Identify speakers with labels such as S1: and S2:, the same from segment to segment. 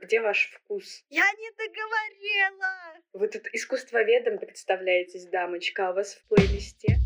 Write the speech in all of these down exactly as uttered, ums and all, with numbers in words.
S1: Где ваш вкус?
S2: Я не договорила!
S1: Вы тут искусствоведом представляетесь, дамочка, а у вас в плейлисте?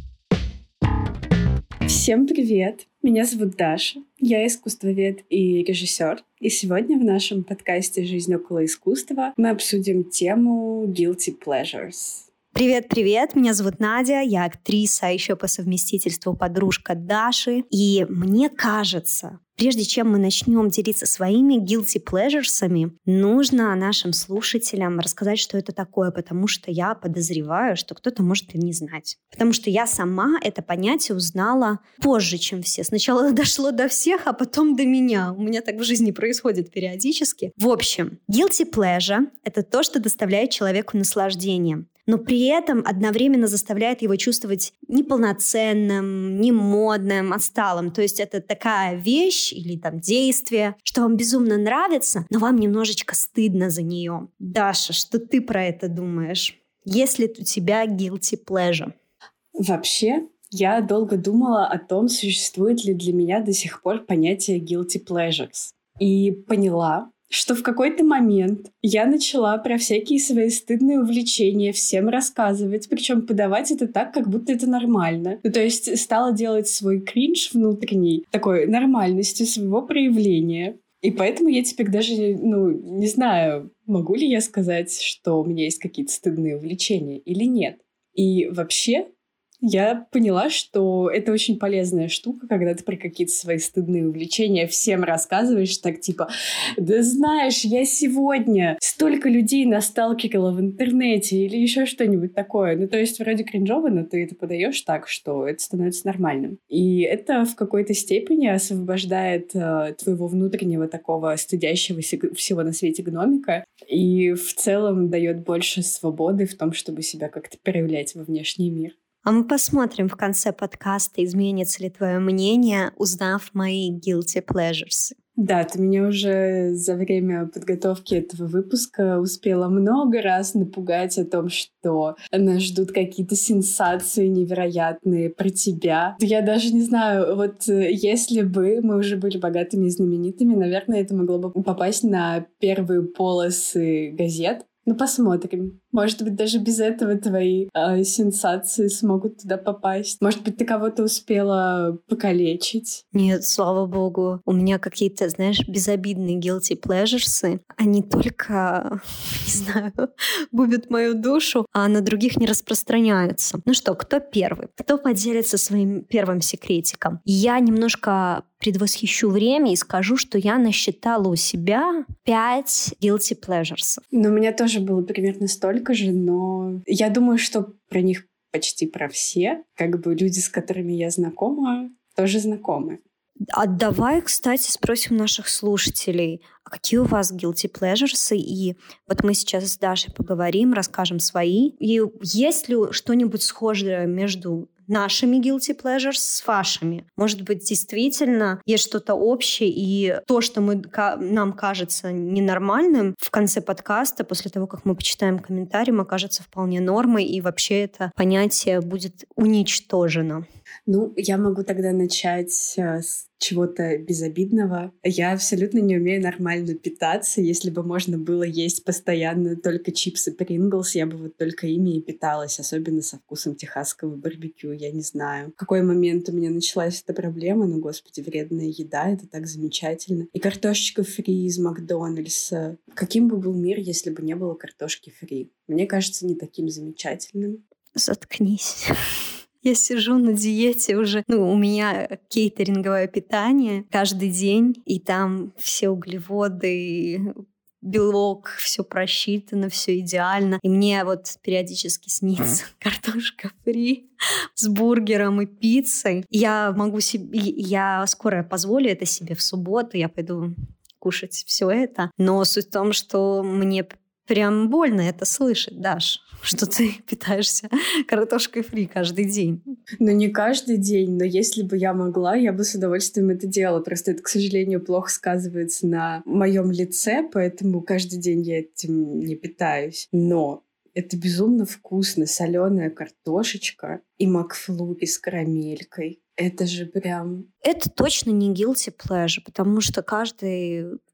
S1: Всем привет! Меня зовут Даша, я искусствовед и режиссер. И сегодня в нашем подкасте «Жизнь около искусства» мы обсудим тему guilty pleasures.
S2: Привет-привет, меня зовут Надя, я актриса, а еще по совместительству подружка Даши. И мне кажется, прежде чем мы начнем делиться своими guilty pleasures'ами, нужно нашим слушателям рассказать, что это такое, потому что я подозреваю, что кто-то может и не знать. Потому что я сама это понятие узнала позже, чем все. Сначала дошло до всех, а потом до меня. У меня так в жизни происходит периодически. В общем, guilty pleasure — это то, что доставляет человеку наслаждение, но при этом одновременно заставляет его чувствовать неполноценным, немодным, отсталым. То есть это такая вещь или там действие, что вам безумно нравится, но вам немножечко стыдно за нее. Даша, что ты про это думаешь? Есть ли у тебя guilty pleasure?
S1: Вообще, я долго думала о том, существует ли для меня до сих пор понятие guilty pleasures. И поняла, что в какой-то момент я начала про всякие свои стыдные увлечения всем рассказывать, причем подавать это так, как будто это нормально. Ну, то есть стала делать свой кринж внутренний такой нормальностью своего проявления. И поэтому я теперь даже, ну, не знаю, могу ли я сказать, что у меня есть какие-то стыдные увлечения или нет. И вообще я поняла, что это очень полезная штука, когда ты про какие-то свои стыдные увлечения всем рассказываешь, так типа, да знаешь, я сегодня столько людей насталкивала в интернете или еще что-нибудь такое. Ну, то есть вроде кринжово, но ты это подаешь так, что это становится нормальным. И это в какой-то степени освобождает э, твоего внутреннего такого стыдящегося всего на свете гномика и в целом дает больше свободы в том, чтобы себя как-то проявлять во внешний мир.
S2: А мы посмотрим в конце подкаста, изменится ли твое мнение, узнав мои guilty pleasures.
S1: Да, ты меня уже за время подготовки этого выпуска успела много раз напугать о том, что нас ждут какие-то сенсации невероятные про тебя. Я даже не знаю, вот если бы мы уже были богатыми и знаменитыми, наверное, это могло бы попасть на первые полосы газет. Ну, посмотрим. Может быть, даже без этого твои э, сенсации смогут туда попасть. Может быть, ты кого-то успела покалечить?
S2: Нет, слава богу. У меня какие-то, знаешь, безобидные guilty pleasures. Они только, не знаю, губят мою душу, а на других не распространяются. Ну что, кто первый? Кто поделится своим первым секретиком? Я немножко предвосхищу время и скажу, что я насчитала у себя пять guilty pleasures.
S1: Ну, у меня тоже было примерно столько же, но я думаю, что про них почти про все, как бы люди, с которыми я знакома, тоже знакомы.
S2: А давай, кстати, спросим наших слушателей, а какие у вас guilty pleasures? И вот мы сейчас с Дашей поговорим, расскажем свои. И есть ли что-нибудь схожее между нашими guilty pleasures с вашими? Может быть, действительно есть что-то общее, и то, что мы, нам кажется ненормальным, в конце подкаста, после того, как мы почитаем комментарий, окажется вполне нормой, и вообще это понятие будет уничтожено.
S1: Ну, я могу тогда начать с чего-то безобидного. Я абсолютно не умею нормально питаться. Если бы можно было есть постоянно только чипсы Принглс, я бы вот только ими и питалась, особенно со вкусом техасского барбекю. Я не знаю, в какой момент у меня началась эта проблема, но, господи, вредная еда — это так замечательно. И картошечка фри из Макдональдса. Каким бы был мир, если бы не было картошки фри? Мне кажется, не таким замечательным.
S2: Заткнись. Я сижу на диете уже. Ну, у меня кейтеринговое питание каждый день, и там все углеводы, белок, все просчитано, все идеально. И мне вот периодически снится картошка фри с бургером и пиццей. Я могу себе, я скоро позволю это себе в субботу, я пойду кушать все это. Но суть в том, что мне прям больно это слышать, Даш, что ты питаешься картошкой фри каждый день.
S1: Ну, не каждый день, но если бы я могла, я бы с удовольствием это делала. Просто это, к сожалению, плохо сказывается на моем лице, поэтому каждый день я этим не питаюсь. Но это безумно вкусно. Соленая картошечка и макфлури с карамелькой. Это же прям...
S2: Это точно не guilty pleasure, потому что каждый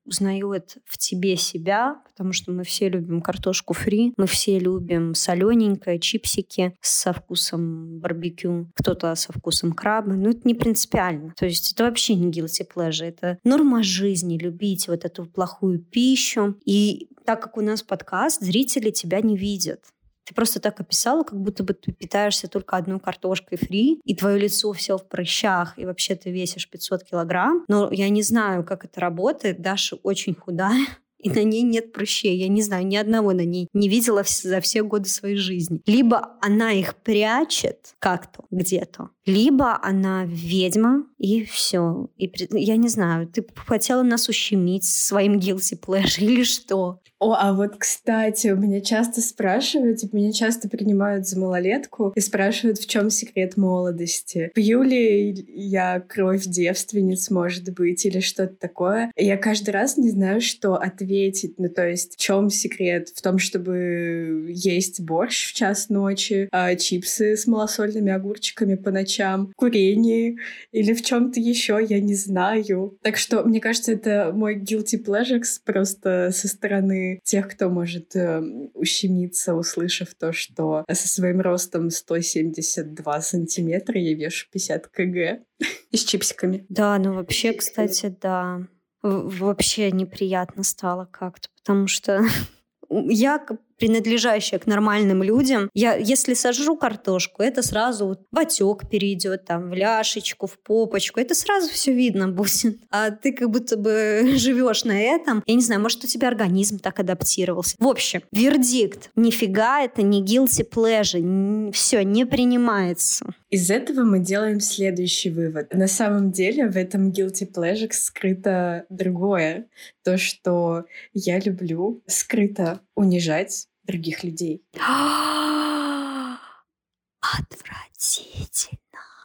S2: узнает в тебе себя, потому что мы все любим картошку фри, мы все любим солененькое, чипсики со вкусом барбекю, кто-то со вкусом краба. Но это не принципиально. То есть это вообще не guilty pleasure. Это норма жизни — любить вот эту плохую пищу. И так как у нас подкаст, зрители тебя не видят. Ты просто так описала, как будто бы ты питаешься только одной картошкой фри, и твое лицо все в прыщах, и вообще ты весишь пятьсот килограмм. Но я не знаю, как это работает. Даша очень худая, и на ней нет прыщей. Я не знаю, ни одного на ней не видела за все годы своей жизни. Либо она их прячет как-то где-то, либо она ведьма, и все. И я не знаю, ты хотела нас ущемить своим guilty pleasure или что?
S1: О, а вот, кстати, у меня часто спрашивают, типа, меня часто принимают за малолетку и спрашивают, в чем секрет молодости. Пью ли я кровь девственниц, может быть, или что-то такое. И я каждый раз не знаю, что ответить. Ну, то есть, в чем секрет? В том, чтобы есть борщ в час ночи, а чипсы с малосольными огурчиками по ночам, курение или в чем-то еще, я не знаю. Так что, мне кажется, это мой guilty pleasure просто со стороны тех, кто может э, ущемиться, услышав то, что со своим ростом сто семьдесят два сантиметра я вешу пятьдесят килограмм и с чипсиками.
S2: Да, ну вообще, кстати, да. В- вообще неприятно стало как-то, потому что я, к- принадлежащая к нормальным людям, я, если сожру картошку, это сразу вот в отек перейдет, там, в ляшечку, в попочку. Это сразу все видно будет. А ты как будто бы живешь на этом. Я не знаю, может, у тебя организм так адаптировался. В общем, вердикт. Нифига это не guilty pleasure. Все, не принимается.
S1: Из этого мы делаем следующий вывод. На самом деле в этом guilty pleasure скрыто другое. То, что я люблю скрыто унижать других людей.
S2: Отвратительно.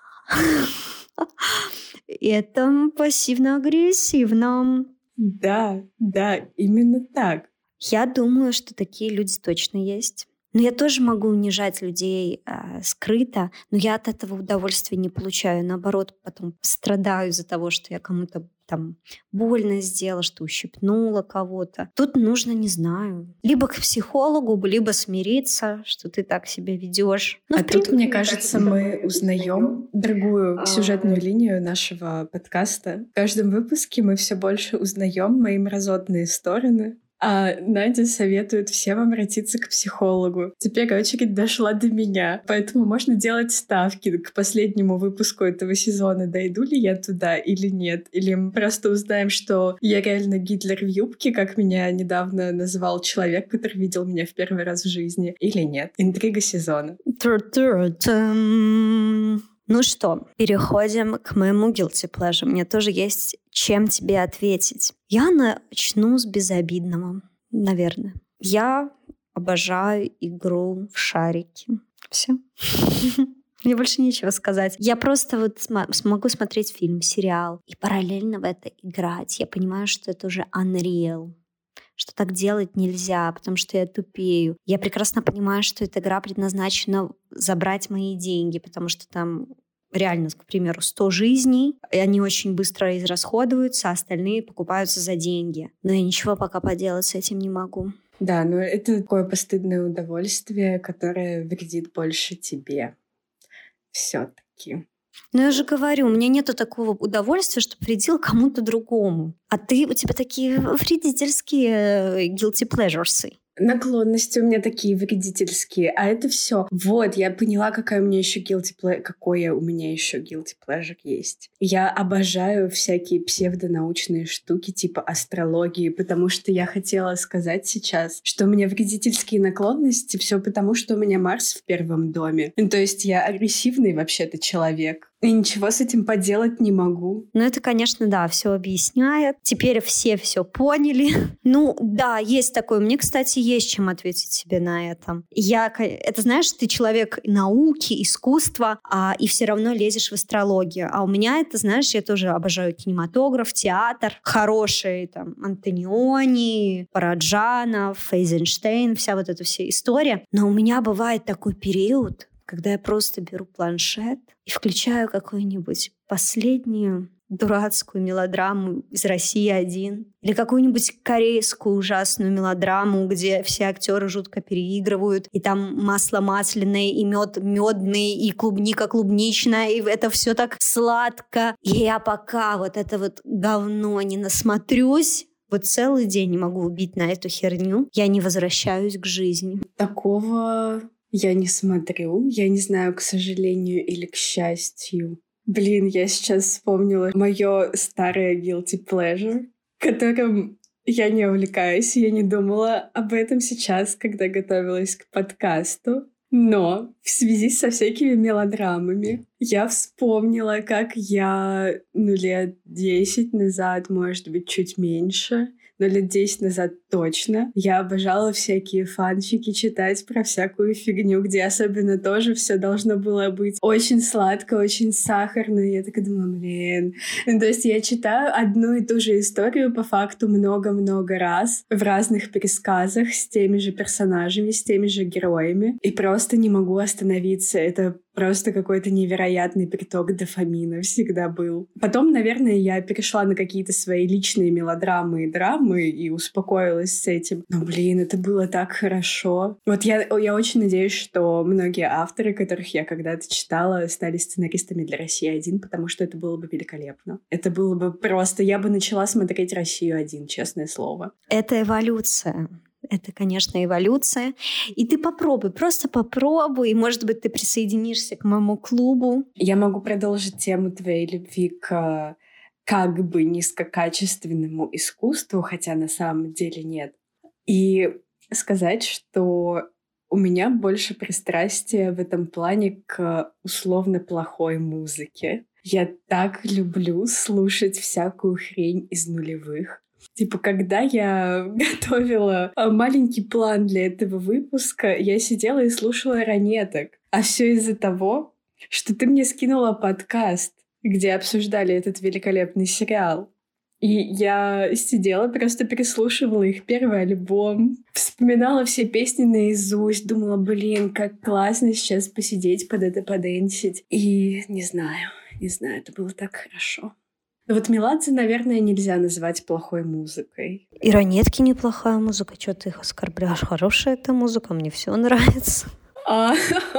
S2: Это пассивно-агрессивно.
S1: Да, да, именно так.
S2: Я думаю, что такие люди точно есть. Но я тоже могу унижать людей э, скрыто, но я от этого удовольствия не получаю. Наоборот, потом страдаю из-за того, что я кому-то там больно сделала, что ущипнула кого-то. Тут нужно, не знаю, либо к психологу, либо смириться, что ты так себя ведешь.
S1: Ну, а тут, мне кажется, мы узнаем другую сюжетную линию нашего подкаста. В каждом выпуске мы все больше узнаем мои мразотные стороны. А Надя советует всем обратиться к психологу. Теперь очередь дошла до меня, поэтому можно делать ставки к последнему выпуску этого сезона. Дойду ли я туда или нет? Или мы просто узнаем, что я реально Гитлер в юбке, как меня недавно называл человек, который видел меня в первый раз в жизни, или нет? Интрига сезона.
S2: Ну что, переходим к моему guilty pleasure. Мне тоже есть чем тебе ответить. Я начну с безобидного, наверное. Я обожаю игру в шарики. Все. Мне больше нечего сказать. Я просто вот см- смогу смотреть фильм, сериал и параллельно в это играть. Я понимаю, что это уже unreal, что так делать нельзя, потому что я тупею. Я прекрасно понимаю, что эта игра предназначена забрать мои деньги, потому что там реально, к примеру, сто жизней, и они очень быстро израсходуются, а остальные покупаются за деньги. Но я ничего пока поделать с этим не могу.
S1: Да, но это такое постыдное удовольствие, которое вредит больше тебе. Все-таки.
S2: Но я же говорю, у меня нету такого удовольствия, что вредил кому-то другому. А ты, у тебя такие вредительские guilty pleasures.
S1: Наклонности у меня такие вредительские, а это все. Вот, я поняла, какая у меня еще guilty pleasure, какое у меня еще guilty pleasure есть. Я обожаю всякие псевдонаучные штуки типа астрологии, потому что я хотела сказать сейчас, что у меня вредительские наклонности все потому, что у меня Марс в первом доме. Ну, то есть я агрессивный вообще-то человек. И ничего с этим поделать не могу.
S2: Ну, это, конечно, да, все объясняет. Теперь все все поняли. Ну, да, есть такое. Мне, кстати, есть чем ответить себе на это. Я, это, знаешь, ты человек науки, искусства, а, и все равно лезешь в астрологию. А у меня это, знаешь, я тоже обожаю кинематограф, театр, хороший, там, Антониони, Параджанов, Эйзенштейн, вся вот эта вся история. Но у меня бывает такой период, когда я просто беру планшет и включаю какую-нибудь последнюю дурацкую мелодраму из «России один», или какую-нибудь корейскую ужасную мелодраму, где все актеры жутко переигрывают, и там масло масляное, и мед медный, и клубника клубничная, и это все так сладко. И я пока вот это вот говно не насмотрюсь, вот целый день не могу убить на эту херню, я не возвращаюсь к жизни.
S1: Такого я не смотрю. Я не знаю, к сожалению или к счастью. Блин, я сейчас вспомнила мое старое guilty pleasure, которым я не увлекаюсь, я не думала об этом сейчас, когда готовилась к подкасту. Но в связи со всякими мелодрамами я вспомнила, как я, ну, лет десять назад, может быть, чуть меньше, но лет десять назад точно, я обожала всякие фанфики читать про всякую фигню, где особенно тоже все должно было быть очень сладко, очень сахарно. И я такая думала, блин. Ну, то есть я читаю одну и ту же историю по факту много-много раз в разных пересказах с теми же персонажами, с теми же героями. И просто не могу остановиться. Это просто какой-то невероятный приток дофамина всегда был. Потом, наверное, я перешла на какие-то свои личные мелодрамы и драмы и успокоилась с этим. Но, блин, это было так хорошо. Вот я, я очень надеюсь, что многие авторы, которых я когда-то читала, стали сценаристами для «России один», потому что это было бы великолепно. Это было бы просто... Я бы начала смотреть «Россию один», честное слово.
S2: Это эволюция. Это, конечно, эволюция. И ты попробуй, просто попробуй, и, может быть, ты присоединишься к моему клубу.
S1: Я могу продолжить тему твоей любви к как бы низкокачественному искусству, хотя на самом деле нет. И сказать, что у меня больше пристрастия в этом плане к условно плохой музыке. Я так люблю слушать всякую хрень из нулевых. Типа, когда я готовила маленький план для этого выпуска, я сидела и слушала ранеток. А все из-за того, что ты мне скинула подкаст, где обсуждали этот великолепный сериал. И я сидела, просто переслушивала их первый альбом, вспоминала все песни наизусть, думала, блин, как классно сейчас посидеть под это, подэнсить. И не знаю, не знаю, это было так хорошо. Но вот Меладзе, наверное, нельзя называть плохой музыкой.
S2: И ранетки неплохая музыка. Чего ты их оскорбляешь? Хорошая эта музыка, мне все нравится.
S1: А,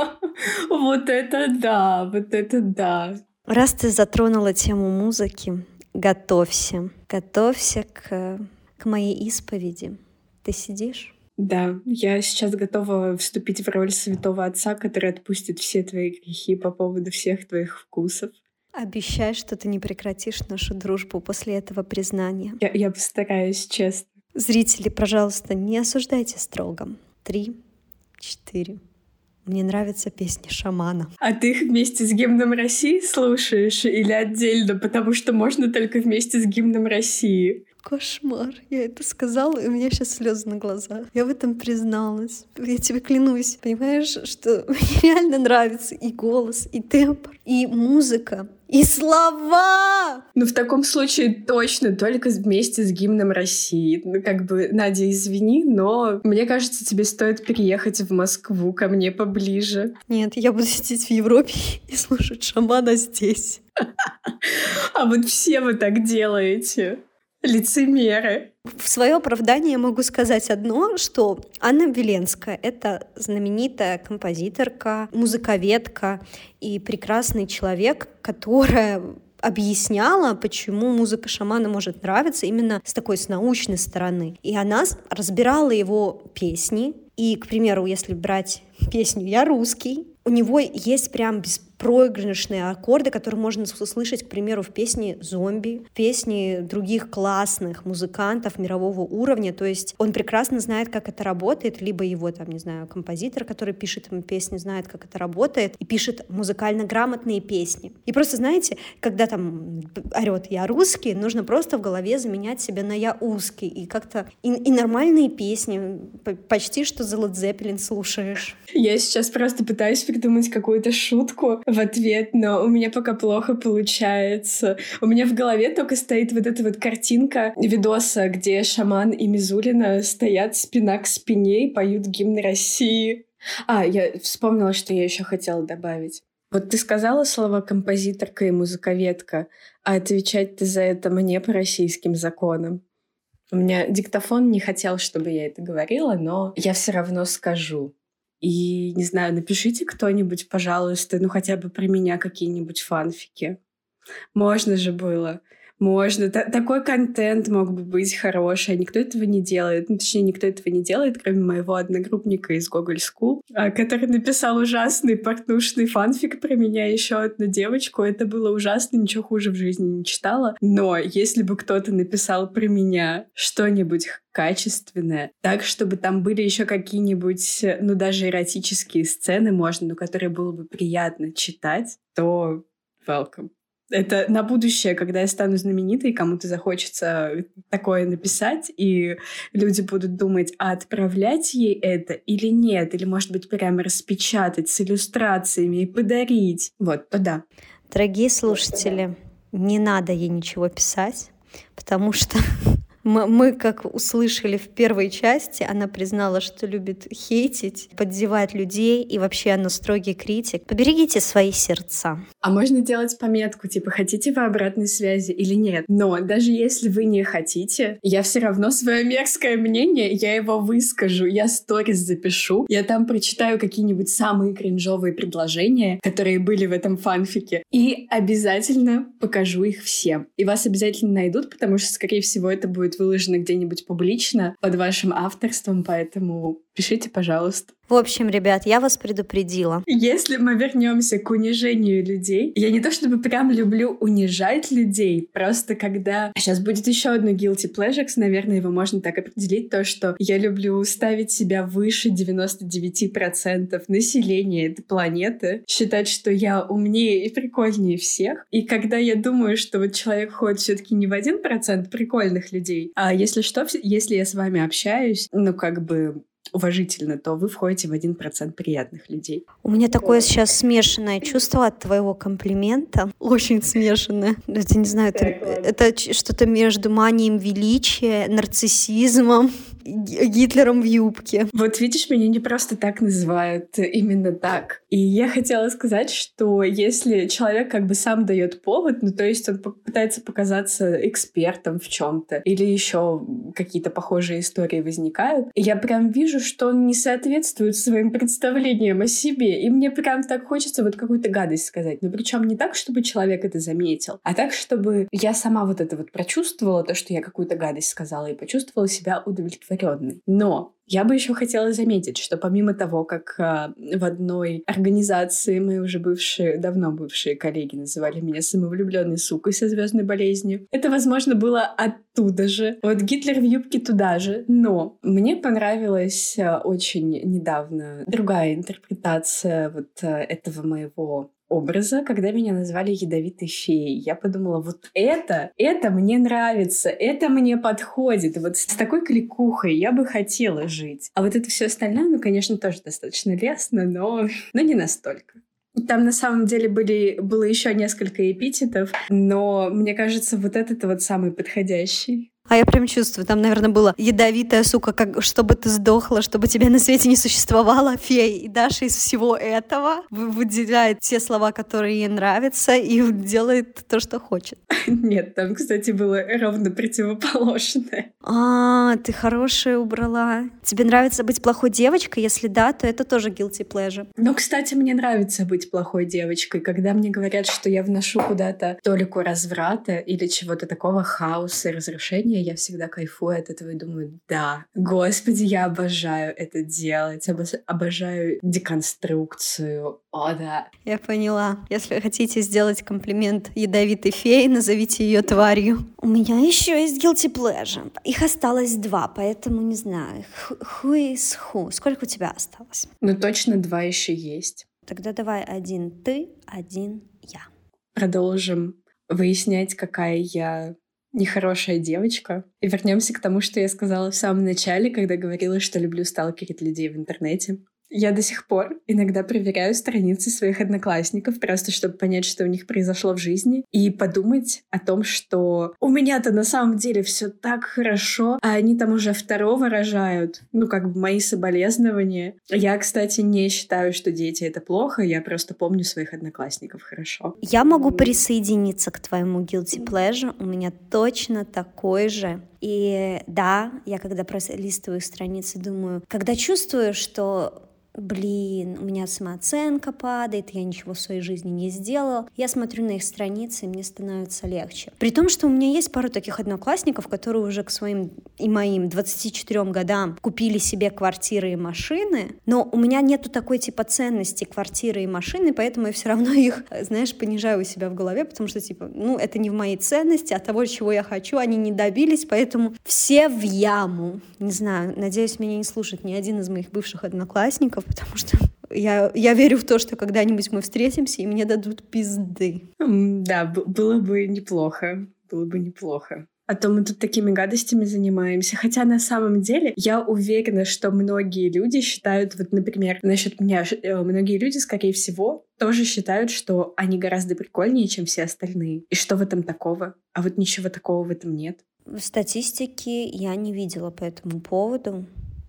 S1: вот это да, вот это да.
S2: Раз ты затронула тему музыки, готовься. Готовься к, к моей исповеди. Ты сидишь?
S1: Да, я сейчас готова вступить в роль святого отца, который отпустит все твои грехи по поводу всех твоих вкусов.
S2: Обещай, что ты не прекратишь нашу дружбу после этого признания.
S1: Я, я постараюсь, честно.
S2: Зрители, пожалуйста, не осуждайте строго. Три, четыре. Мне нравятся песни Шамана.
S1: А ты их вместе с гимном России слушаешь или отдельно? Потому что можно только вместе с гимном России.
S2: Кошмар. Я это сказала, и у меня сейчас слезы на глазах. Я в этом призналась. Я тебе клянусь. Понимаешь, что мне реально нравится и голос, и тембр, и музыка, и слова!
S1: Ну, в таком случае точно только вместе с гимном России. Ну, как бы, Надя, извини, но мне кажется, тебе стоит переехать в Москву ко мне поближе.
S2: Нет, я буду сидеть в Европе и слушать Шамана здесь.
S1: А вот все вы так делаете. Лицемеры.
S2: В свое оправдание я могу сказать одно, что Анна Веленская — это знаменитая композиторка, музыковедка и прекрасный человек, которая объясняла, почему музыка Шамана может нравиться именно с такой, с научной стороны. И она разбирала его песни. И, к примеру, если брать песню «Я русский», у него есть прям беспроигрышные аккорды, которые можно услышать, к примеру, в песне «Зомби», в песне других классных музыкантов мирового уровня. То есть он прекрасно знает, как это работает, либо его, там, не знаю, композитор, который пишет ему песни, знает, как это работает, и пишет музыкально грамотные песни. И просто, знаете, когда там орет «Я русский», нужно просто в голове заменять себя на «Я узкий», и как-то и, и нормальные песни, почти что за Led Zeppelin слушаешь.
S1: Я сейчас просто пытаюсь придумать какую-то шутку в ответ, но у меня пока плохо получается. У меня в голове только стоит вот эта вот картинка видоса, где Шаман и Мизулина стоят спина к спине и поют гимн России. А, я вспомнила, что я еще хотела добавить. Вот ты сказала слово «композиторка» и «музыковедка», а отвечать ты за это мне по российским законам. У меня диктофон не хотел, чтобы я это говорила, но я все равно скажу. И, не знаю, напишите кто-нибудь, пожалуйста, ну хотя бы про меня какие-нибудь фанфики. Можно же было. Можно. Т- такой контент мог бы быть хороший, а никто этого не делает. Ну, точнее, никто этого не делает, кроме моего одногруппника из Гоголь School, а, который написал ужасный портнушный фанфик про меня и еще одну девочку. Это было ужасно, ничего хуже в жизни не читала. Но если бы кто-то написал про меня что-нибудь качественное, так, чтобы там были еще какие-нибудь, ну, даже эротические сцены, можно, но которые было бы приятно читать, то welcome. Это на будущее, когда я стану знаменитой, кому-то захочется такое написать, и люди будут думать, а отправлять ей это или нет, или, может быть, прямо распечатать с иллюстрациями и подарить. Вот, то да.
S2: Дорогие слушатели, не надо ей ничего писать, потому что мы, мы, как услышали в первой части, она признала, что любит хейтить, поддевать людей, и вообще она строгий критик. Поберегите свои сердца.
S1: А можно делать пометку, типа, хотите вы обратной связи или нет. Но даже если вы не хотите, я все равно свое мерзкое мнение, я его выскажу, я сторис запишу, я там прочитаю какие-нибудь самые кринжовые предложения, которые были в этом фанфике, и обязательно покажу их всем. И вас обязательно найдут, потому что, скорее всего, это будет выложено где-нибудь публично под вашим авторством, поэтому пишите, пожалуйста.
S2: В общем, ребят, я вас предупредила.
S1: Если мы вернемся к унижению людей, я не то чтобы прям люблю унижать людей, просто когда... Сейчас будет еще одно guilty pleasure, наверное, его можно так определить, то, что я люблю ставить себя выше девяносто девять процентов населения этой планеты, считать, что я умнее и прикольнее всех. И когда я думаю, что вот человек ходит все-таки не в один процент прикольных людей, а если что, если я с вами общаюсь, ну как бы... уважительно, то вы входите в один процент приятных людей.
S2: У меня такое сейчас смешанное чувство от твоего комплимента. Очень смешанное. Это, не знаю, это, это что-то между манией величия, нарциссизмом, Гитлером в юбке.
S1: Вот видишь, меня не просто так называют, именно так. И я хотела сказать, что если человек как бы сам дает повод, ну то есть он пытается показаться экспертом в чем-то, или еще какие-то похожие истории возникают, я прям вижу, что он не соответствует своим представлениям о себе. И мне прям так хочется вот какую-то гадость сказать. Но причем не так, чтобы человек это заметил, а так, чтобы я сама вот это вот прочувствовала, то, что я какую-то гадость сказала, и почувствовала себя удовлетворенной. Но я бы еще хотела заметить, что помимо того, как э, в одной организации мои уже бывшие, давно бывшие коллеги называли меня самовлюбленной сукой со звездной болезнью, это, возможно, было оттуда же. Вот Гитлер в юбке туда же. Но мне понравилась э, очень недавно другая интерпретация вот э, этого моего образа, когда меня назвали ядовитой феей. Я подумала, вот это, это мне нравится, это мне подходит. И вот с такой кликухой я бы хотела жить. А вот это все остальное, ну, конечно, тоже достаточно лестно, но, но не настолько. Там на самом деле были, было еще несколько эпитетов, но мне кажется, вот этот вот самый подходящий.
S2: А я прям чувствую, там, наверное, было ядовитая сука, как, чтобы ты сдохла, чтобы тебя на свете не существовало, фея. И Даша из всего этого выделяет те слова, которые ей нравятся, и делает то, что хочет.
S1: Нет, там, кстати, было ровно противоположное.
S2: А, ты хорошая убрала. Тебе нравится быть плохой девочкой? Если да, то это тоже guilty pleasure.
S1: Ну, кстати, мне нравится быть плохой девочкой. Когда мне говорят, что я вношу куда-то толику разврата или чего-то такого, хаоса и разрушения, я всегда кайфую от этого и думаю, да, господи, я обожаю это делать, обожаю деконструкцию, о, да.
S2: Я поняла. Если хотите сделать комплимент ядовитой фее, назовите ее тварью. У меня еще есть guilty pleasure. Их осталось два, поэтому не знаю. Who is who? Сколько у тебя осталось?
S1: Ну, точно два еще есть.
S2: Тогда давай один ты, один я.
S1: Продолжим выяснять, какая я нехорошая девочка. И вернемся к тому, что я сказала в самом начале, когда говорила, что люблю сталкерить людей в интернете. Я до сих пор иногда проверяю страницы своих одноклассников, просто чтобы понять, что у них произошло в жизни, и подумать о том, что у меня-то на самом деле все так хорошо, а они там уже второго рожают. Ну, как бы мои соболезнования. Я, кстати, не считаю, что дети — это плохо, я просто помню своих одноклассников хорошо.
S2: Я могу присоединиться к твоему guilty pleasure, у меня точно такой же. И да, я когда пролистываю страницы, думаю, когда чувствую, что блин, у меня самооценка падает, я ничего в своей жизни не сделала. Я смотрю на их страницы, и мне становится легче. При том, что у меня есть пару таких одноклассников, которые уже к своим и моим двадцати четырем годам купили себе квартиры и машины, но у меня нету такой типа ценности квартиры и машины, поэтому я все равно их, знаешь, понижаю у себя в голове, потому что типа, ну, это не в моей ценности, а того, чего я хочу, они не добились, поэтому все в яму. Не знаю, надеюсь, меня не слушает ни один из моих бывших одноклассников, потому что я, я верю в то, что когда-нибудь мы встретимся, и мне дадут пизды.
S1: Да, б- было бы неплохо. Было бы неплохо. А то мы тут такими гадостями занимаемся. Хотя на самом деле я уверена, что многие люди считают, вот, например, насчет меня, многие люди, скорее всего, тоже считают, что они гораздо прикольнее, чем все остальные. И что в этом такого? А вот ничего такого в этом нет.
S2: Статистики я не видела по этому поводу.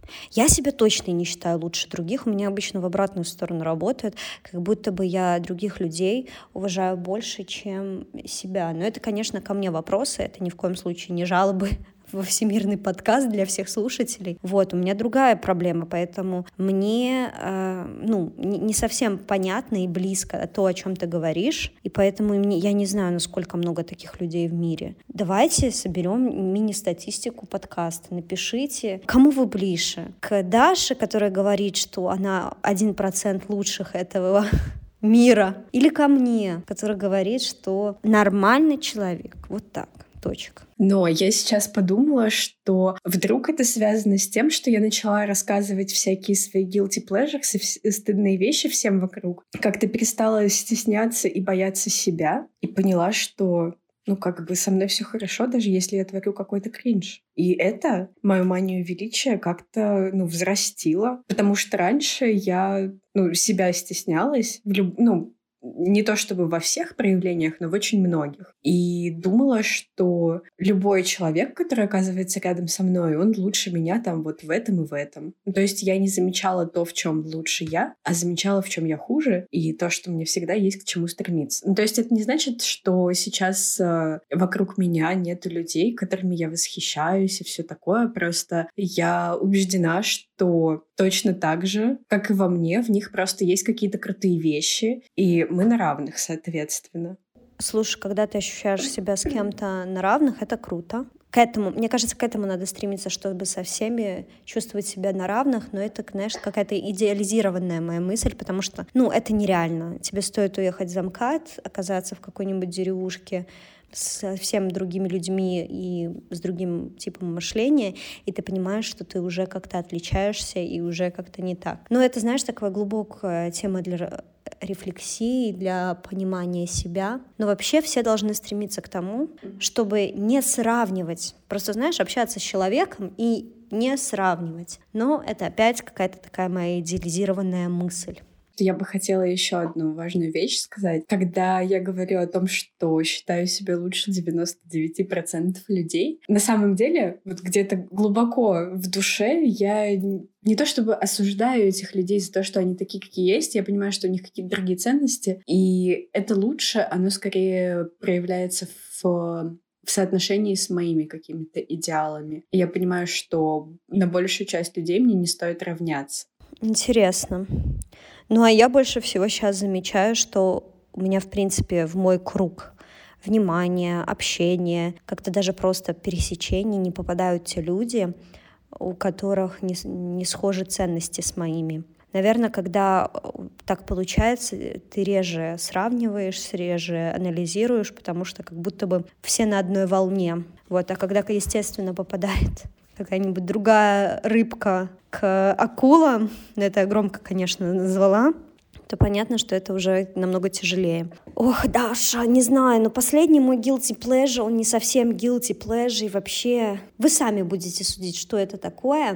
S2: Я себя точно не считаю лучше других. У меня обычно в обратную сторону работает, как будто бы я других людей уважаю больше, чем себя. Но это, конечно, ко мне вопросы, это ни в коем случае не жалобы во всемирный подкаст для всех слушателей. Вот, у меня другая проблема, поэтому мне э, ну, не, не совсем понятно и близко то, о чем ты говоришь, и поэтому мне, я не знаю, насколько много таких людей в мире. Давайте соберем мини-статистику подкаста, напишите, кому вы ближе. К Даше, которая говорит, что она один процент лучших этого мира, или ко мне, который говорит, что нормальный человек. Вот так. Точка.
S1: Но я сейчас подумала, что вдруг это связано с тем, что я начала рассказывать всякие свои guilty pleasures и стыдные вещи всем вокруг. Как-то перестала стесняться и бояться себя, и поняла, что ну, как бы со мной все хорошо, даже если я творю какой-то кринж. И это мою манию величия как-то, ну, взрастило. Потому что раньше я, ну, себя стеснялась в люб... ну, не то чтобы во всех проявлениях, но в очень многих. И думала, что любой человек, который оказывается рядом со мной, он лучше меня там вот в этом и в этом. То есть я не замечала то, в чем лучше я, а замечала, в чем я хуже, и то, что мне всегда есть к чему стремиться. Ну, то есть это не значит, что сейчас э, вокруг меня нету людей, которыми я восхищаюсь и все такое. Просто я убеждена, что точно так же, как и во мне, в них просто есть какие-то крутые вещи, и мы на равных, соответственно.
S2: Слушай, когда ты ощущаешь себя с кем-то на равных, это круто. К этому, мне кажется, к этому надо стремиться, чтобы со всеми чувствовать себя на равных, но это, знаешь, какая-то идеализированная моя мысль, потому что, ну, это нереально. Тебе стоит уехать в МКАД, оказаться в какой-нибудь деревушке с совсем другими людьми и с другим типом мышления, и ты понимаешь, что ты уже как-то отличаешься и уже как-то не так. Но это, знаешь, такая глубокая тема для рефлексии, для понимания себя. Но вообще все должны стремиться к тому, чтобы не сравнивать. Просто, знаешь, общаться с человеком и не сравнивать. Но это опять какая-то такая моя идеализированная мысль.
S1: Я бы хотела еще одну важную вещь сказать. Когда я говорю о том, что считаю себя лучше девяносто девять процентов людей, на самом деле, вот где-то глубоко в душе я не то чтобы осуждаю этих людей за то, что они такие, какие есть, я понимаю, что у них какие-то другие ценности, и это лучше, оно скорее проявляется в в соотношении с моими какими-то идеалами. И я понимаю, что на большую часть людей мне не стоит равняться.
S2: Интересно. Ну, а я больше всего сейчас замечаю, что у меня, в принципе, в мой круг внимания, общения, как-то даже просто пересечений не попадают те люди, у которых не, не схожи ценности с моими. Наверное, когда так получается, ты реже сравниваешь, реже анализируешь, потому что как будто бы все на одной волне. Вот. А когда, естественно, попадает какая-нибудь другая рыбка к акулам, это я громко, конечно, назвала, то понятно, что это уже намного тяжелее. Ох, Даша, не знаю, но последний мой guilty pleasure, он не совсем guilty pleasure, и вообще вы сами будете судить, что это такое.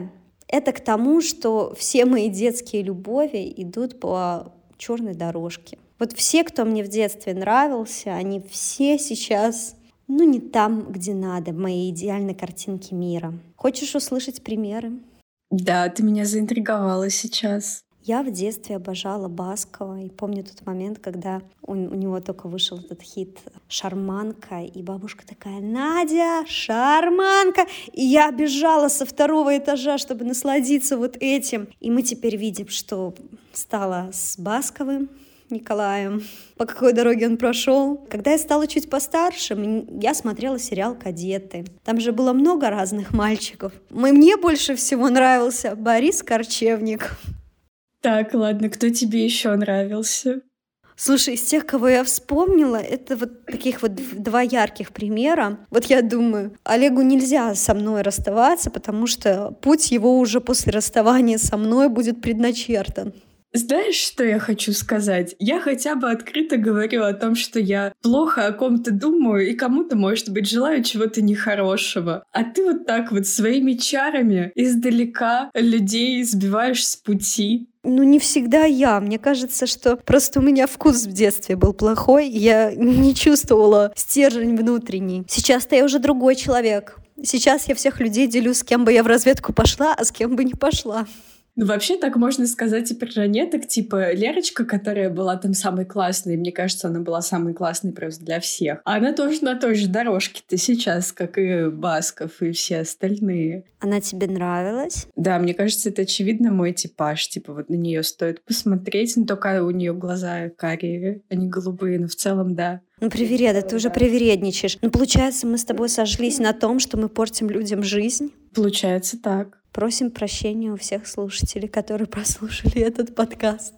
S2: Это к тому, что все мои детские любови идут по черной дорожке. Вот все, кто мне в детстве нравился, они все сейчас, ну, не там, где надо, в моей идеальной картинке мира. Хочешь услышать примеры?
S1: Да, ты меня заинтриговала сейчас.
S2: Я в детстве обожала Баскова, и помню тот момент, когда он, у него только вышел этот хит «Шарманка», и бабушка такая: «Надя, шарманка!» И я бежала со второго этажа, чтобы насладиться вот этим. И мы теперь видим, что стало с Басковым Николаем, по какой дороге он прошел. Когда я стала чуть постарше, я смотрела сериал «Кадеты». Там же было много разных мальчиков. Мне больше всего нравился Борис Корчевник.
S1: Так, ладно, кто тебе еще нравился?
S2: Слушай, из тех, кого я вспомнила, это вот таких вот два ярких примера. Вот я думаю, Олегу нельзя со мной расставаться, потому что путь его уже после расставания со мной будет предначертан.
S1: Знаешь, что я хочу сказать? Я хотя бы открыто говорю о том, что я плохо о ком-то думаю и кому-то, может быть, желаю чего-то нехорошего. А ты вот так вот своими чарами издалека людей сбиваешь с пути.
S2: Ну, не всегда я. Мне кажется, что просто у меня вкус в детстве был плохой, и я не чувствовала стержень внутренний. Сейчас-то я уже другой человек. Сейчас я всех людей делю, с кем бы я в разведку пошла, а с кем бы не пошла.
S1: Ну, вообще, так можно сказать и про ранеток, типа Лерочка, которая была там самой классной, мне кажется, она была самой классной просто для всех. Она тоже на той же дорожке-то сейчас, как и Басков и все остальные.
S2: Она тебе нравилась?
S1: Да, мне кажется, это очевидно мой типаж. Типа вот на нее стоит посмотреть, но только у нее глаза карие, а не голубые, но в целом да.
S2: Ну, привереда, ты уже привередничаешь. Ну, получается, мы с тобой сошлись на том, что мы портим людям жизнь?
S1: Получается так.
S2: Просим прощения у всех слушателей, которые прослушали этот подкаст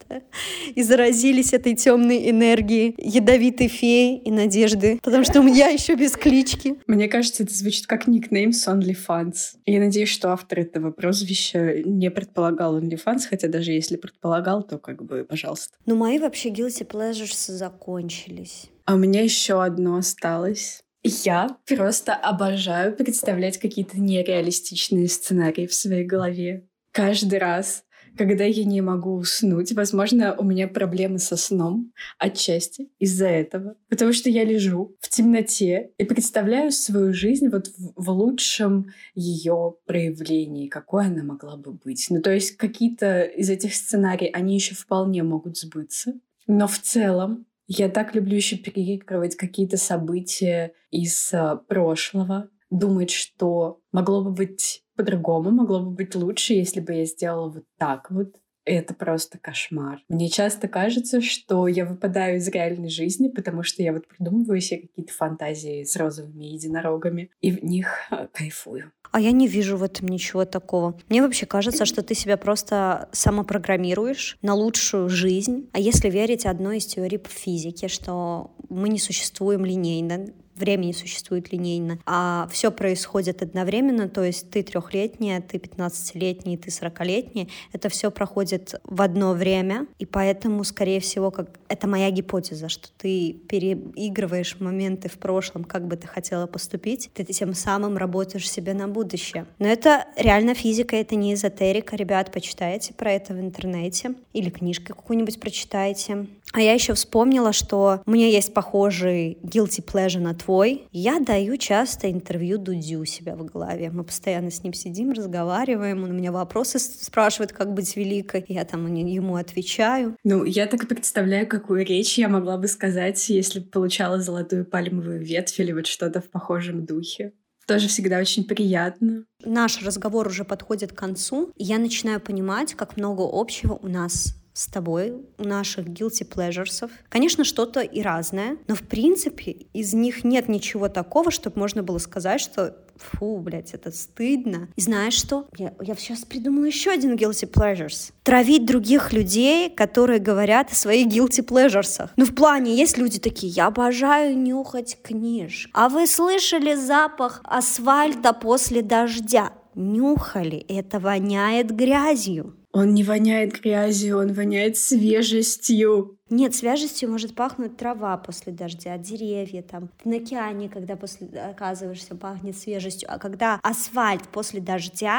S2: и заразились этой темной энергией ядовитой феи и надежды, потому что я еще без клички.
S1: Мне кажется, это звучит как никнейм с OnlyFans. Я надеюсь, что автор этого прозвища не предполагал OnlyFans, хотя даже если предполагал, то как бы, пожалуйста.
S2: Ну, мои вообще guilty pleasures закончились.
S1: А у меня еще одно осталось. Я просто обожаю представлять какие-то нереалистичные сценарии в своей голове. Каждый раз, когда я не могу уснуть, возможно, у меня проблемы со сном отчасти из-за этого. Потому что я лежу в темноте и представляю свою жизнь вот в, в лучшем ее проявлении, какой она могла бы быть. Ну, то есть какие-то из этих сценариев, они еще вполне могут сбыться. Но в целом я так люблю еще переигрывать какие-то события из а, прошлого, думать, что могло бы быть по-другому, могло бы быть лучше, если бы я сделала вот так вот. Это просто кошмар. Мне часто кажется, что я выпадаю из реальной жизни, потому что я вот придумываю себе какие-то фантазии с розовыми единорогами, и в них а, кайфую.
S2: А я не вижу в этом ничего такого. Мне вообще кажется, что ты себя просто самопрограммируешь на лучшую жизнь. А если верить одной из теорий по физике, что мы не существуем линейно, время не существует линейно, а все происходит одновременно, то есть ты трехлетняя, ты пятнадцатилетняя, ты сорокалетняя, это все проходит в одно время, и поэтому, скорее всего, как это моя гипотеза, что ты переигрываешь моменты в прошлом, как бы ты хотела поступить, ты тем самым работаешь себе на будущее. Но это реально физика, это не эзотерика, ребят, почитайте про это в интернете или книжку какую-нибудь прочитайте. А я еще вспомнила, что у меня есть похожий guilty pleasure на твой. Я даю часто интервью Дудю у себя в голове. Мы постоянно с ним сидим, разговариваем. Он у меня вопросы спрашивает, как быть великой. Я там ему отвечаю.
S1: Ну, я так представляю, какую речь я могла бы сказать, если бы получала золотую пальмовую ветвь или вот что-то в похожем духе. Тоже всегда очень приятно.
S2: Наш разговор уже подходит к концу, и я начинаю понимать, как много общего у нас с тобой, у наших guilty pleasures. Конечно, что-то и разное, но в принципе из них нет ничего такого, чтобы можно было сказать, что фу, блядь, это стыдно. И знаешь что? Я, я сейчас придумала еще один guilty pleasures. Травить других людей, которые говорят о своих guilty pleasures. Ну, в плане, есть люди такие: я обожаю нюхать книжки. А вы слышали запах асфальта после дождя? Нюхали, это воняет грязью.
S1: Он не воняет грязью, он воняет свежестью.
S2: Нет, свежестью может пахнуть трава после дождя, деревья там. Ты на океане, когда после оказываешься, пахнет свежестью. А когда асфальт после дождя,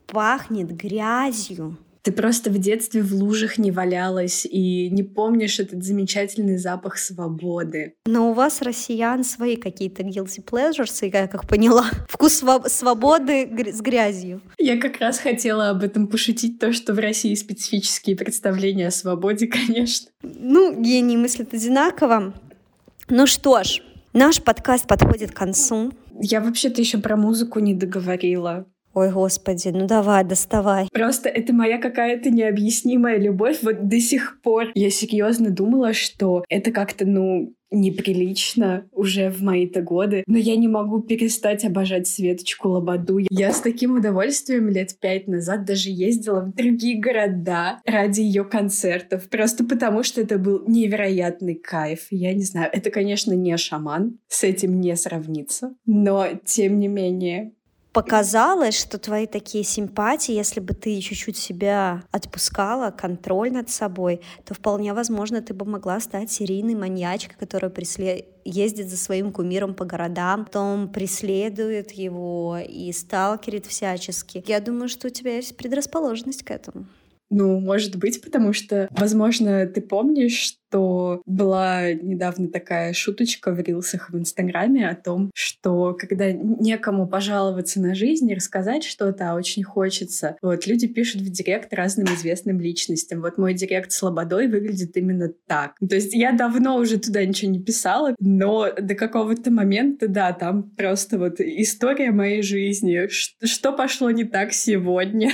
S2: пахнет грязью.
S1: Ты просто в детстве в лужах не валялась и не помнишь этот замечательный запах свободы.
S2: Но у вас, россиян, свои какие-то guilty pleasures, и я как поняла, вкус сва- свободы гр- с грязью.
S1: Я как раз хотела об этом пошутить, то, что в России специфические представления о свободе, конечно.
S2: Ну, гении мыслят одинаково. Ну что ж, наш подкаст подходит к концу.
S1: Я вообще-то еще про музыку не договорила.
S2: Ой, господи, ну давай, доставай.
S1: Просто это моя какая-то необъяснимая любовь. Вот до сих пор я серьезно думала, что это как-то, ну, неприлично уже в мои-то годы. Но я не могу перестать обожать Светочку Лободу. Я с таким удовольствием лет пять назад даже ездила в другие города ради ее концертов. Просто потому, что это был невероятный кайф. Я не знаю, это, конечно, не «Шаман», с этим не сравнится. Но, тем не менее...
S2: Показалось, что твои такие симпатии, если бы ты чуть-чуть себя отпускала, контроль над собой, то вполне возможно ты бы могла стать серийной маньячкой, которая преслед... ездит за своим кумиром по городам, потом преследует его и сталкерит всячески. Я думаю, что у тебя есть предрасположенность к этому.
S1: Ну, может быть, потому что, возможно, ты помнишь, что была недавно такая шуточка в рилсах в Инстаграме о том, что когда некому пожаловаться на жизнь и рассказать что-то, а очень хочется, вот, люди пишут в директ разным известным личностям. Вот мой директ с Лободой выглядит именно так. То есть я давно уже туда ничего не писала, но до какого-то момента, да, там просто вот история моей жизни. Что пошло не так сегодня?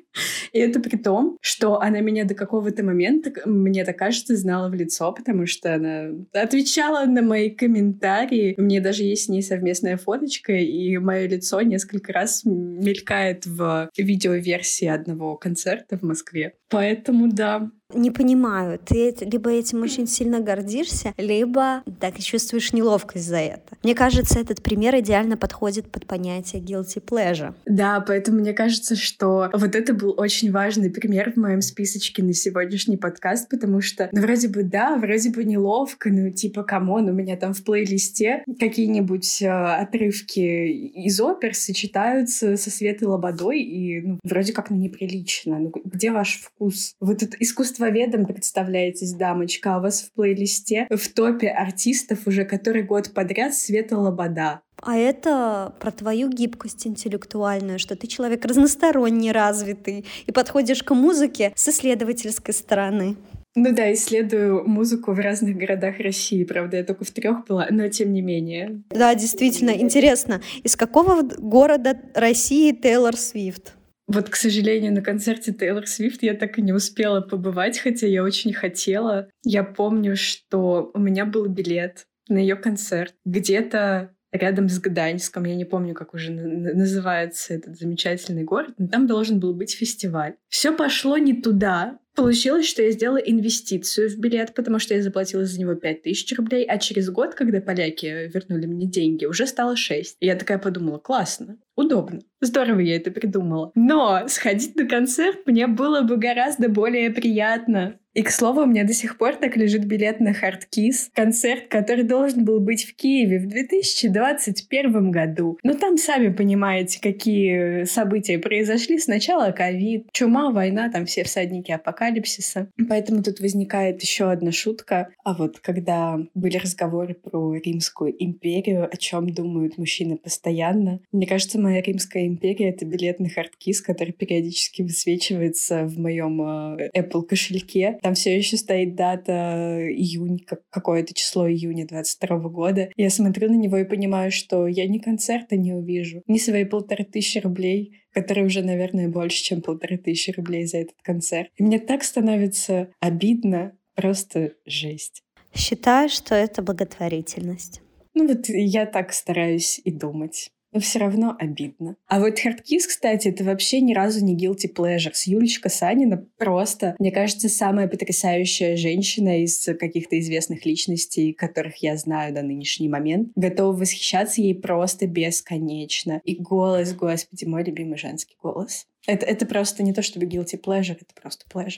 S1: И это при том, что она меня до какого-то момента, мне так кажется, знала в лицо, потому что она отвечала на мои комментарии. У меня даже есть с ней совместная фоточка, и мое лицо несколько раз мелькает в видеоверсии одного концерта в Москве. Поэтому да.
S2: Не понимаю, ты либо этим очень сильно гордишься, либо так и чувствуешь неловкость за это. Мне кажется, этот пример идеально подходит под понятие guilty pleasure.
S1: Да, поэтому мне кажется, что вот это был очень важный пример в моем списочке на сегодняшний подкаст, потому что, ну, вроде бы да, вроде бы неловко, ну, типа, камон, у меня там в плейлисте какие-нибудь э, отрывки из опер сочетаются со Светой Лободой, и, ну, вроде как, ну, неприлично. Ну, где ваш вкус? Вы тут искусствоведом представляетесь, дамочка, а у вас в плейлисте в топе артистов уже который год подряд Света Лобода.
S2: А это про твою гибкость интеллектуальную, что ты человек разносторонне развитый и подходишь к музыке с исследовательской стороны.
S1: Ну да, исследую музыку в разных городах России. Правда, я только в трех была, но тем не менее.
S2: Да, действительно, интересно. Из какого города России Тейлор Свифт?
S1: Вот, к сожалению, на концерте Тейлор Свифт я так и не успела побывать, хотя я очень хотела. Я помню, что у меня был билет на ее концерт где-то рядом с Гданьском. Я не помню, как уже называется этот замечательный город, но там должен был быть фестиваль. Все пошло не туда. Получилось, что я сделала инвестицию в билет, потому что я заплатила за него пять тысяч рублей, а через год, когда поляки вернули мне деньги, уже стало шесть. И я такая подумала, классно, удобно, здорово я это придумала. Но сходить на концерт мне было бы гораздо более приятно. И, к слову, у меня до сих пор так лежит билет на Hard Kiss, концерт, который должен был быть в Киеве в две тысячи двадцать первом году. Но там, сами понимаете, какие события произошли. Сначала ковид, чума, война, там все всадники апокалипсиса. Поэтому тут возникает еще одна шутка. А вот когда были разговоры про Римскую империю, о чем думают мужчины постоянно, мне кажется, моя Римская империя — это билет на Hard Kiss, который периодически высвечивается в моем э, Apple кошельке. Там все еще стоит дата июнь, как какое-то число июня двадцать второго года. Я смотрю на него и понимаю, что я ни концерта не увижу, ни свои полторы тысячи рублей, которые уже, наверное, больше, чем полторы тысячи рублей за этот концерт. И мне так становится обидно, просто жесть.
S2: Считаю, что это благотворительность.
S1: Ну вот я так стараюсь и думать. Но все равно обидно. А вот Hard Kiss, кстати, это вообще ни разу не guilty pleasure. Юлечка Санина просто, мне кажется, самая потрясающая женщина из каких-то известных личностей, которых я знаю до нынешний момент. Готова восхищаться ей просто бесконечно. И голос, господи, мой любимый женский голос. Это, это просто не то чтобы guilty pleasure, это просто pleasure.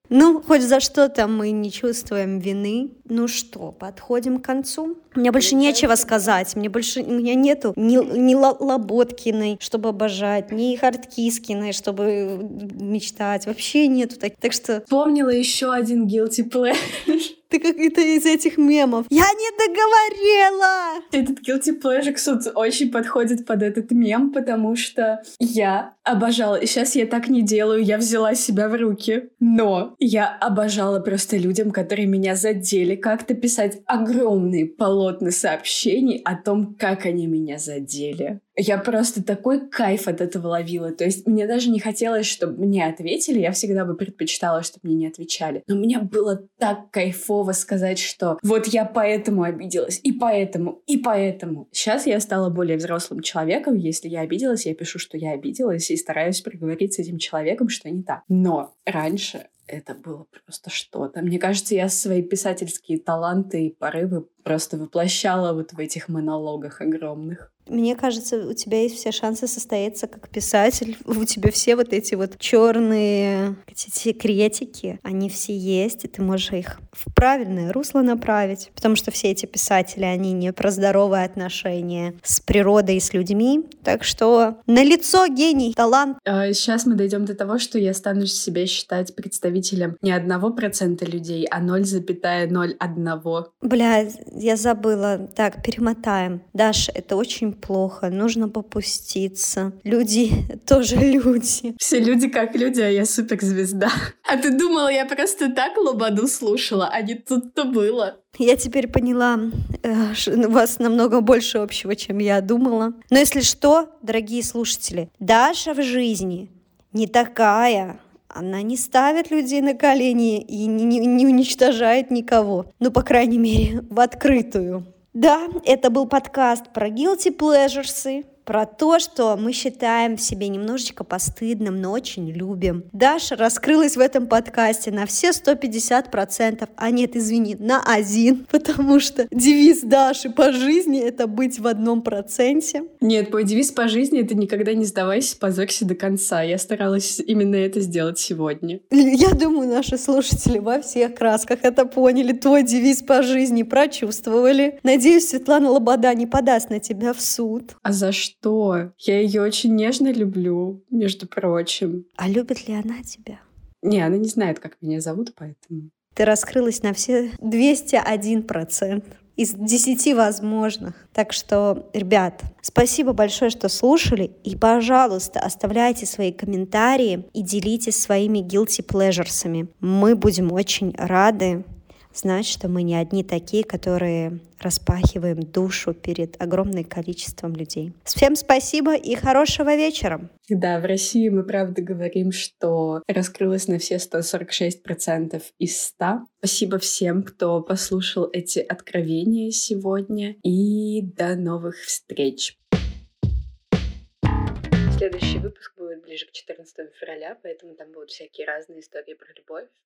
S2: Ну, хоть за что-то мы не чувствуем вины. Ну что, подходим к концу? Мне больше нечего сказать. Мне больше, у меня нету ни, ни Лоботкиной, чтобы обожать, ни Харткискиной, чтобы мечтать. Вообще нету так. Так что...
S1: Вспомнила еще один guilty pleasure.
S2: Ты как-то из этих мемов. Я не договорила!
S1: Этот guilty pleasure, кстати, очень подходит под этот мем, потому что я обожала, и сейчас я так не делаю, я взяла себя в руки, но я обожала просто людям, которые меня задели, как-то писать огромные полотна сообщений о том, как они меня задели. Я просто такой кайф от этого ловила. То есть мне даже не хотелось, чтобы мне ответили. Я всегда бы предпочитала, чтобы мне не отвечали. Но мне было так кайфово сказать, что вот я поэтому обиделась, и поэтому, и поэтому. Сейчас я стала более взрослым человеком. Если я обиделась, я пишу, что я обиделась, и стараюсь проговорить с этим человеком, что не так. Но раньше это было просто что-то. Мне кажется, я свои писательские таланты и порывы просто воплощала вот в этих монологах огромных.
S2: Мне кажется, у тебя есть все шансы состояться как писатель. У тебя все вот эти вот черные эти секретики, они все есть, и ты можешь их в правильное русло направить. Потому что все эти писатели, они не про здоровые отношения с природой и с людьми. Так что налицо гений, талант.
S1: А сейчас мы дойдем до того, что я стану себя считать представителем не одного процента людей, а ноль целых ноль один.
S2: Бля, я забыла. Так, перемотаем. Даша, это очень плохо, нужно попуститься. Люди тоже люди.
S1: Все люди как люди, а я суперзвезда. А ты думала, я просто так Лободу слушала, а не тут-то было.
S2: Я теперь поняла, э, у вас намного больше общего, чем я думала. Но если что, дорогие слушатели, Даша в жизни не такая. Она не ставит людей на колени и не, не, не уничтожает никого. Ну, по крайней мере, в открытую. Да, это был подкаст про guilty pleasures, про то, что мы считаем в себе немножечко постыдным, но очень любим. Даша раскрылась в этом подкасте на все сто пятьдесят процентов, а нет, извини, на один, потому что девиз Даши по жизни — это быть в одном проценте.
S1: Нет, мой девиз по жизни — это никогда не сдавайся, позорься до конца. Я старалась именно это сделать сегодня.
S2: Я думаю, наши слушатели во всех красках это поняли. Твой девиз по жизни прочувствовали. Надеюсь, Светлана Лобода не подаст на тебя в суд.
S1: А за что? Что? Я ее очень нежно люблю, между прочим.
S2: А любит ли она тебя?
S1: Не, она не знает, как меня зовут, поэтому...
S2: Ты раскрылась на все двести один процент из десяти возможных. Так что, ребят, спасибо большое, что слушали. И, пожалуйста, оставляйте свои комментарии и делитесь своими guilty pleasures'ами. Мы будем очень рады знать, что мы не одни такие, которые распахиваем душу перед огромным количеством людей. Всем спасибо и хорошего вечера.
S1: Да, в России мы правда говорим, что раскрылась на все сто сорок шесть процентов из ста. Спасибо всем, кто послушал эти откровения сегодня. И до новых встреч. Следующий выпуск будет ближе к четырнадцатому февраля, поэтому там будут всякие разные истории про любовь.